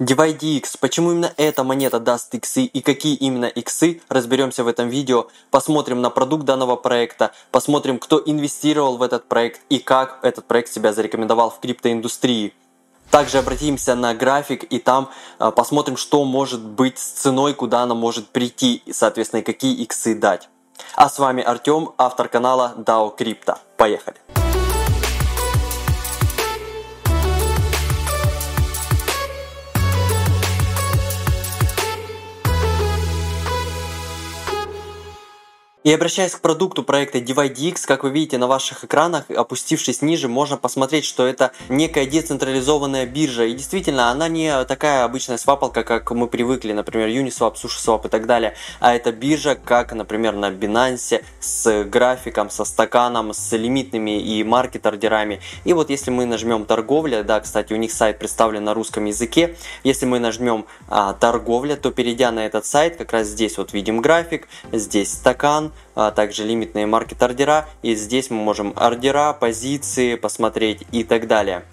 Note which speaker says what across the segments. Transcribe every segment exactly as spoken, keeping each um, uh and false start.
Speaker 1: ди вай ди экс. Почему именно эта монета даст иксы и какие именно иксы, разберемся в этом видео. Посмотрим на продукт данного проекта, посмотрим, кто инвестировал в этот проект и как этот проект себя зарекомендовал в криптоиндустрии. Также обратимся на график и там э, посмотрим, что может быть с ценой, куда она может прийти и, соответственно, и какие иксы дать. А с вами Артем, автор канала дао Крипто. Поехали! И обращаясь к продукту проекта ди вай ди экс, как вы видите на ваших экранах, опустившись ниже, можно посмотреть, что это некая децентрализованная биржа. И действительно, она не такая обычная свапалка, как мы привыкли, например, Uniswap, SushiSwap и так далее. А это биржа, как, например, на Binance, с графиком, со стаканом, с лимитными и маркет-ордерами. И вот если мы нажмем торговля, да, кстати, у них сайт представлен на русском языке. Если мы нажмем а, торговля, то перейдя на этот сайт, как раз здесь вот видим график, здесь стакан, а также лимитные маркет-ордера, и здесь мы можем ордера, позиции посмотреть и так далее.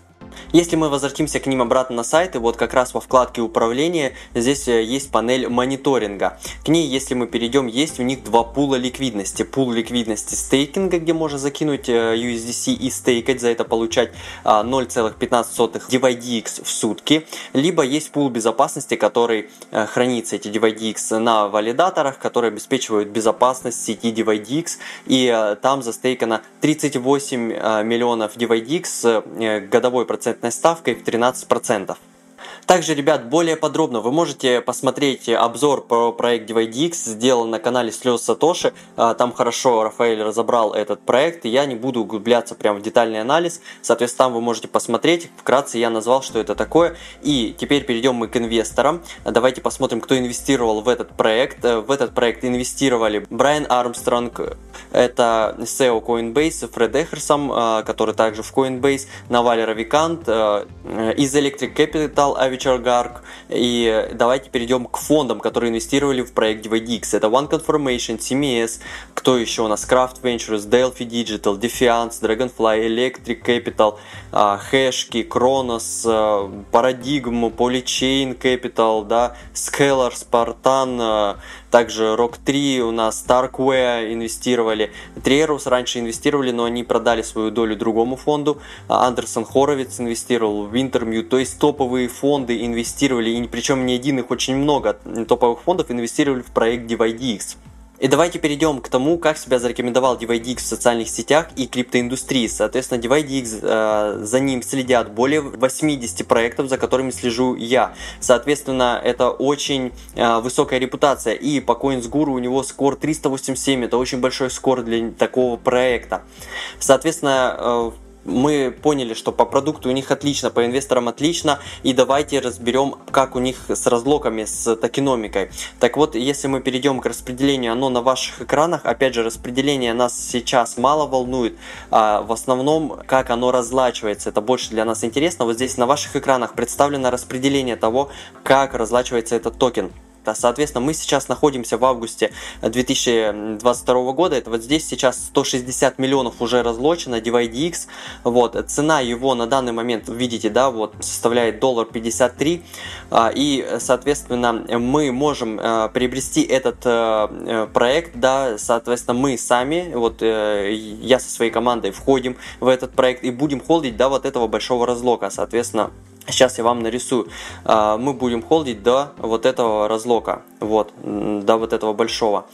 Speaker 1: Если мы возвратимся к ним обратно на сайт, и вот как раз во вкладке управления здесь есть панель мониторинга. К ней, если мы перейдем, есть у них два пула ликвидности. Пул ликвидности стейкинга, где можно закинуть ю эс ди си и стейкать, за это получать ноль целых пятнадцать сотых ди вай ди экс в сутки. Либо есть пул безопасности, который хранится, эти ди вай ди экс, на валидаторах, которые обеспечивают безопасность сети ди вай ди экс. И там застейкано тридцать восемь миллионов ди вай ди экс с годовой процентной ставкой в тринадцать процентов. Также, ребят, более подробно вы можете посмотреть обзор про проект ди вай ди экс, сделан на канале Слез Сатоши. Там хорошо Рафаэль разобрал этот проект, и я не буду углубляться прямо в детальный анализ. Соответственно, там вы можете посмотреть. Вкратце я назвал, что это такое. И теперь перейдем мы к инвесторам. Давайте посмотрим, кто инвестировал в этот проект. В этот проект инвестировали Брайан Армстронг, это си и о Coinbase, Фред Эхерсом, который также в Coinbase, Наваль Равикант, из Electric Capital, Авичар Гарк. И давайте перейдем к фондам, которые инвестировали в проект ди вай ди экс. Это One Confirmation, си эм и эс, кто еще у нас? Craft Ventures, Delphi Digital, Defiance, Dragonfly, Electric Capital, Hashkey, Kronos, Paradigm, Polychain Capital, да, Scalar, Spartan, также рок три у нас, Starkware инвестировали, Trerus раньше инвестировали, но они продали свою долю другому фонду, Андерсон Хоровиц инвестировал в Wintermute, то есть топовые фонды инвестировали, и причем не один, их очень много топовых фондов инвестировали в проект ди вай ди экс. И давайте перейдем к тому, как себя зарекомендовал ди вай ди экс в социальных сетях и криптоиндустрии. Соответственно, ди вай ди экс, э, за ним следят более восьмидесяти проектов, за которыми слежу я. Соответственно, это очень э, высокая репутация. И по CoinsGuru у него скор триста восемьдесят семь. Это очень большой скор для такого проекта. Соответственно, э, мы поняли, что по продукту у них отлично, по инвесторам отлично, и давайте разберем, как у них с разлоками, с токеномикой. Так вот, если мы перейдем к распределению, оно на ваших экранах, опять же, распределение нас сейчас мало волнует, а в основном, как оно разлачивается, это больше для нас интересно. Вот здесь на ваших экранах представлено распределение того, как разлачивается этот токен. Соответственно, мы сейчас находимся в августе две тысячи двадцать второго года. Это вот здесь сейчас сто шестьдесят миллионов уже разлочено ди вай ди экс. Вот, цена его на данный момент, видите, да, вот составляет доллар пятьдесят три. И, соответственно, мы можем приобрести этот проект, да, соответственно, мы сами, вот я со своей командой входим в этот проект и будем холдить до вот этого большого разлока, соответственно. Сейчас я вам нарисую. Мы будем холдить до вот этого разлока, вот, до вот этого большого.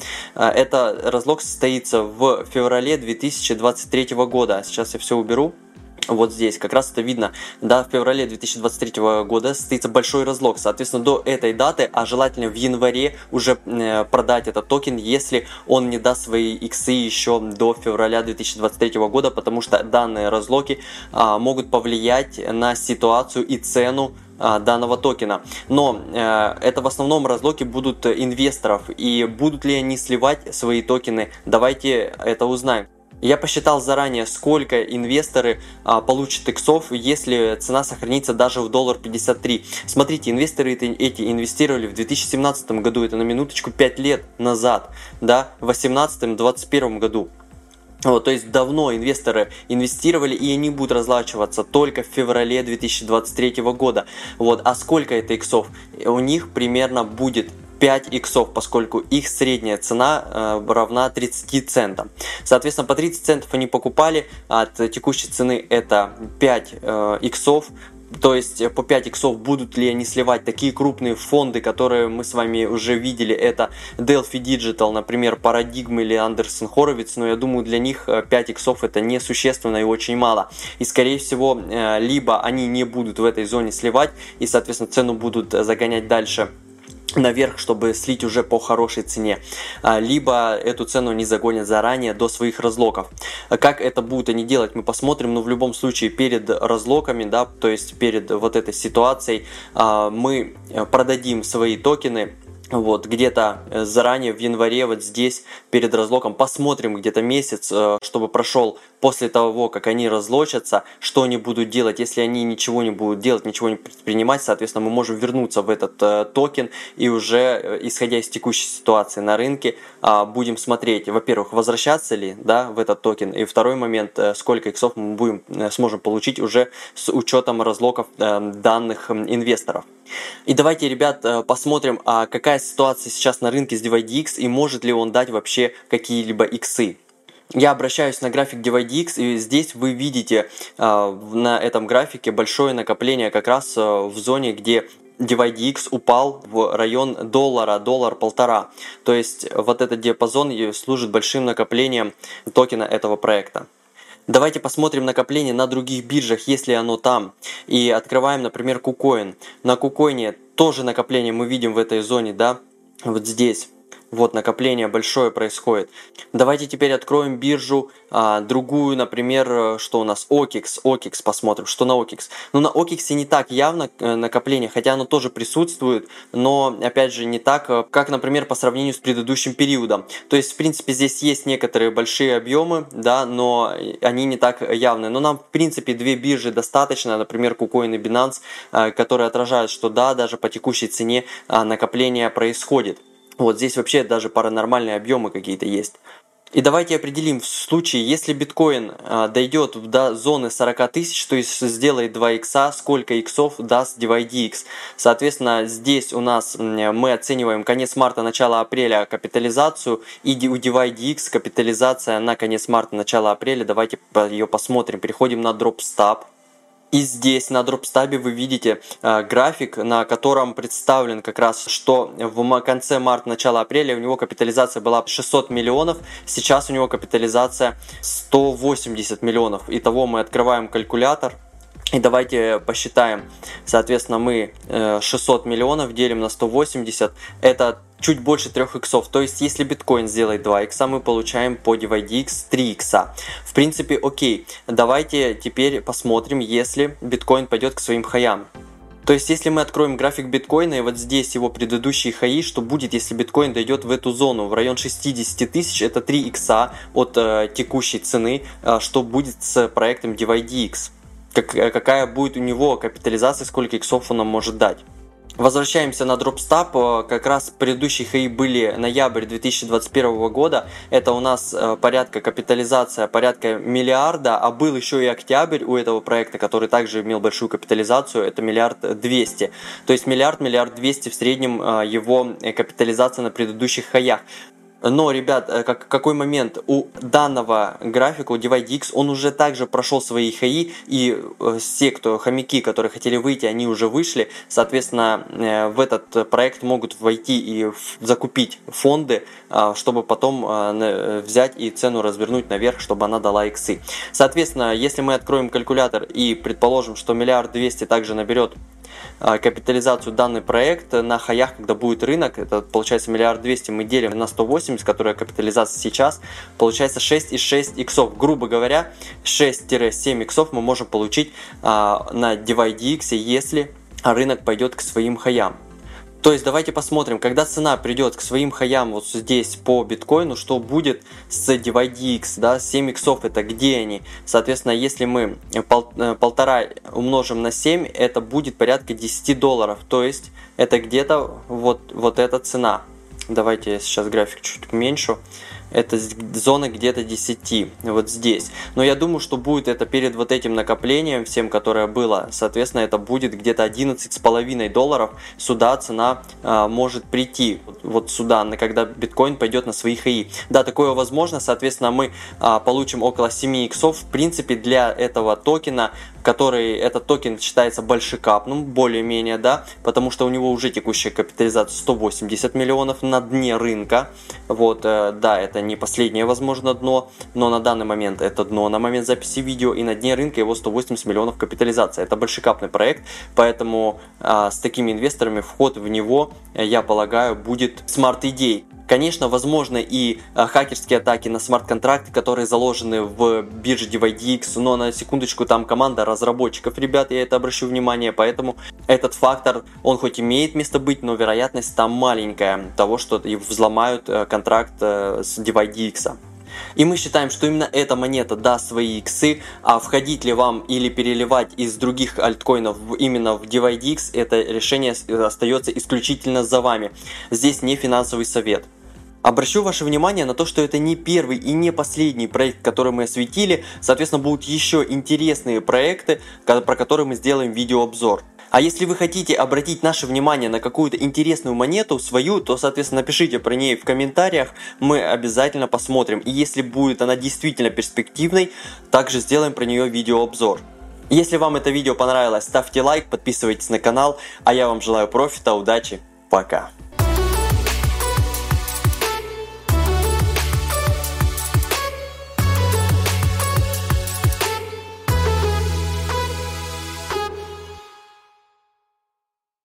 Speaker 1: Это разлок состоится в феврале две тысячи двадцать третьего года. Сейчас я все уберу. Вот здесь как раз это видно, да, в феврале две тысячи двадцать третьего года состоится большой разлог, соответственно, до этой даты, а желательно в январе уже э, продать этот токен, если он не даст свои иксы еще до февраля две тысячи двадцать третьего года, потому что данные разлоки э, могут повлиять на ситуацию и цену э, данного токена. Но э, это в основном разлоки будут инвесторов, и будут ли они сливать свои токены, давайте это узнаем. Я посчитал заранее, сколько инвесторы а, получат иксов, если цена сохранится даже в доллар пятьдесят три. Смотрите, инвесторы эти, эти инвестировали в две тысячи семнадцатом году, это на минуточку пять лет назад, да, в две тысячи восемнадцатом — две тысячи двадцать первом году. Вот, то есть давно инвесторы инвестировали, и они будут разлачиваться только в феврале две тысячи двадцать третьего года. Вот, а сколько это иксов? У них примерно будет пять иксов, поскольку их средняя цена э, равна тридцати центам. Соответственно, по тридцать центов они покупали, от текущей цены это пять э, иксов. То есть по пять иксов будут ли они сливать такие крупные фонды, которые мы с вами уже видели, это Delphi Digital, например, Paradigm или Andreessen Horowitz, но я думаю, для них пять иксов это несущественно и очень мало. И скорее всего, либо они не будут в этой зоне сливать и, соответственно, цену будут загонять дальше наверх, чтобы слить уже по хорошей цене, либо эту цену не загонят заранее до своих разлоков. Как это будут они делать, мы посмотрим, но в любом случае перед разлоками, да, то есть перед вот этой ситуацией мы продадим свои токены. Вот, где-то заранее в январе, вот здесь, перед разлоком, посмотрим где-то месяц, чтобы прошел после того, как они разлочатся, что они будут делать. Если они ничего не будут делать, ничего не предпринимать, соответственно, мы можем вернуться в этот э, токен и уже, исходя из текущей ситуации на рынке, э, будем смотреть, во-первых, возвращаться ли, да, в этот токен, и второй момент, э, сколько иксов мы будем, э, сможем получить уже с учетом разлоков э, данных э, инвесторов. И давайте, ребят, посмотрим, а какая ситуация сейчас на рынке с ди вай ди экс и может ли он дать вообще какие-либо иксы. Я обращаюсь на график ди вай ди экс, и здесь вы видите э, на этом графике большое накопление как раз э, в зоне, где ди вай ди экс упал в район доллара, доллар-полтора. То есть вот этот диапазон служит большим накоплением токена этого проекта. Давайте посмотрим накопление на других биржах, если оно там. И открываем, например, KuCoin. На KuCoin тоже накопление мы видим в этой зоне, да, вот здесь. Вот накопление большое происходит. Давайте теперь откроем биржу а, другую, например, что у нас окикс. окикс посмотрим, что на окикс. Ну, на окиксе не так явно накопление, хотя оно тоже присутствует, но, опять же, не так, как, например, по сравнению с предыдущим периодом. То есть, в принципе, здесь есть некоторые большие объемы, да, но они не так явны. Но нам, в принципе, две биржи достаточно, например, KuCoin и Binance, а, которые отражают, что да, даже по текущей цене а, накопление происходит. Вот здесь вообще даже паранормальные объемы какие-то есть. И давайте определим в случае, если биткоин а, дойдет до зоны сорок тысяч, то есть сделает два икса, сколько иксов даст ди вай ди экс. Соответственно, здесь у нас мы оцениваем конец марта, начало апреля капитализацию, и у ди вай ди экс капитализация на конец марта, начало апреля. Давайте ее посмотрим. Переходим на DropStab. И здесь на DropStab вы видите э, график, на котором представлен как раз, что в конце марта, начало апреля у него капитализация была шестьсот миллионов, сейчас у него капитализация сто восемьдесят миллионов. Итого мы открываем калькулятор. И давайте посчитаем. Соответственно, мы шестьсот миллионов делим на сто восемьдесят. Это чуть больше трех иксов. То есть, если биткоин сделает два икса, мы получаем по ди вай ди экс три икса. В принципе, окей. Давайте теперь посмотрим, если биткоин пойдет к своим хаям. То есть, если мы откроем график биткоина, и вот здесь его предыдущие хаи, что будет, если биткоин дойдет в эту зону, в район шестьдесят тысяч, это три икса от э, текущей цены, э, что будет с проектом ди вай ди экс. Как, какая будет у него капитализация, сколько иксов он нам может дать. Возвращаемся на DropStab. Как раз предыдущие хаи были ноябрь две тысячи двадцать первого года. Это у нас порядка капитализация порядка миллиарда, а был еще и октябрь у этого проекта, который также имел большую капитализацию, это миллиард двести. То есть миллиард, миллиард двести в среднем его капитализация на предыдущих хаях. Но, ребят, как, какой момент? У данного графика, у ди вай ди экс, он уже также прошел свои хаи, и э, все, кто хомяки, которые хотели выйти, они уже вышли. Соответственно, э, в этот проект могут войти и закупить фонды, э, чтобы потом э, взять и цену развернуть наверх, чтобы она дала иксы. Соответственно, если мы откроем калькулятор и предположим, что миллиард двести также наберет капитализацию данный проект на хаях, когда будет рынок, это получается миллиард двести, мы делим на сто восемьдесят, которая капитализация сейчас, получается шесть и шесть иксов. Грубо говоря, шесть-семь иксов мы можем получить а, на ди вай ди экс, если рынок пойдет к своим хаям. То есть давайте посмотрим, когда цена придет к своим хаям вот здесь по биткоину, что будет с ди вай ди экс, да, семь иксов это где они? Соответственно, если мы пол, полтора умножим на семь, это будет порядка десять долларов, то есть это где-то вот, вот эта цена. Давайте я сейчас график чуть уменьшу. Это зона где-то десять, вот здесь. Но я думаю, что будет это перед вот этим накоплением всем, которое было. Соответственно, это будет где-то одиннадцать с половиной долларов. Сюда цена а, может прийти. Вот, вот сюда, на, когда биткоин пойдет на свои хаи. Да, такое возможно. Соответственно, мы а, получим около семи иксов. В принципе, для этого токена, который, этот токен считается большекапным, более-менее, да, потому что у него уже текущая капитализация сто восемьдесят миллионов на дне рынка. Вот, э, да, это не последнее, возможно, дно, но на данный момент это дно на момент записи видео, и на дне рынка его сто восемьдесят миллионов капитализация. Это большекапный проект, поэтому э, с такими инвесторами вход в него, э, я полагаю, будет смарт-идей. Конечно, возможно и а, хакерские атаки на смарт-контракты, которые заложены в бирже ди вай ди экс, но на секундочку там команда разработчиков, ребят, я это обращу внимание, поэтому этот фактор, он хоть имеет место быть, но вероятность там маленькая того, что взломают а, контракт а, с ди вай ди экс. И мы считаем, что именно эта монета даст свои иксы, а входить ли вам или переливать из других альткоинов именно в ди вай ди экс, это решение остается исключительно за вами. Здесь не финансовый совет. Обращу ваше внимание на то, что это не первый и не последний проект, который мы осветили. Соответственно, будут еще интересные проекты, про которые мы сделаем видеообзор. А если вы хотите обратить наше внимание на какую-то интересную монету свою, то, соответственно, напишите про нее в комментариях, мы обязательно посмотрим. И если будет она действительно перспективной, также сделаем про нее видеообзор. Если вам это видео понравилось, ставьте лайк, подписывайтесь на канал, а я вам желаю профита, удачи, пока!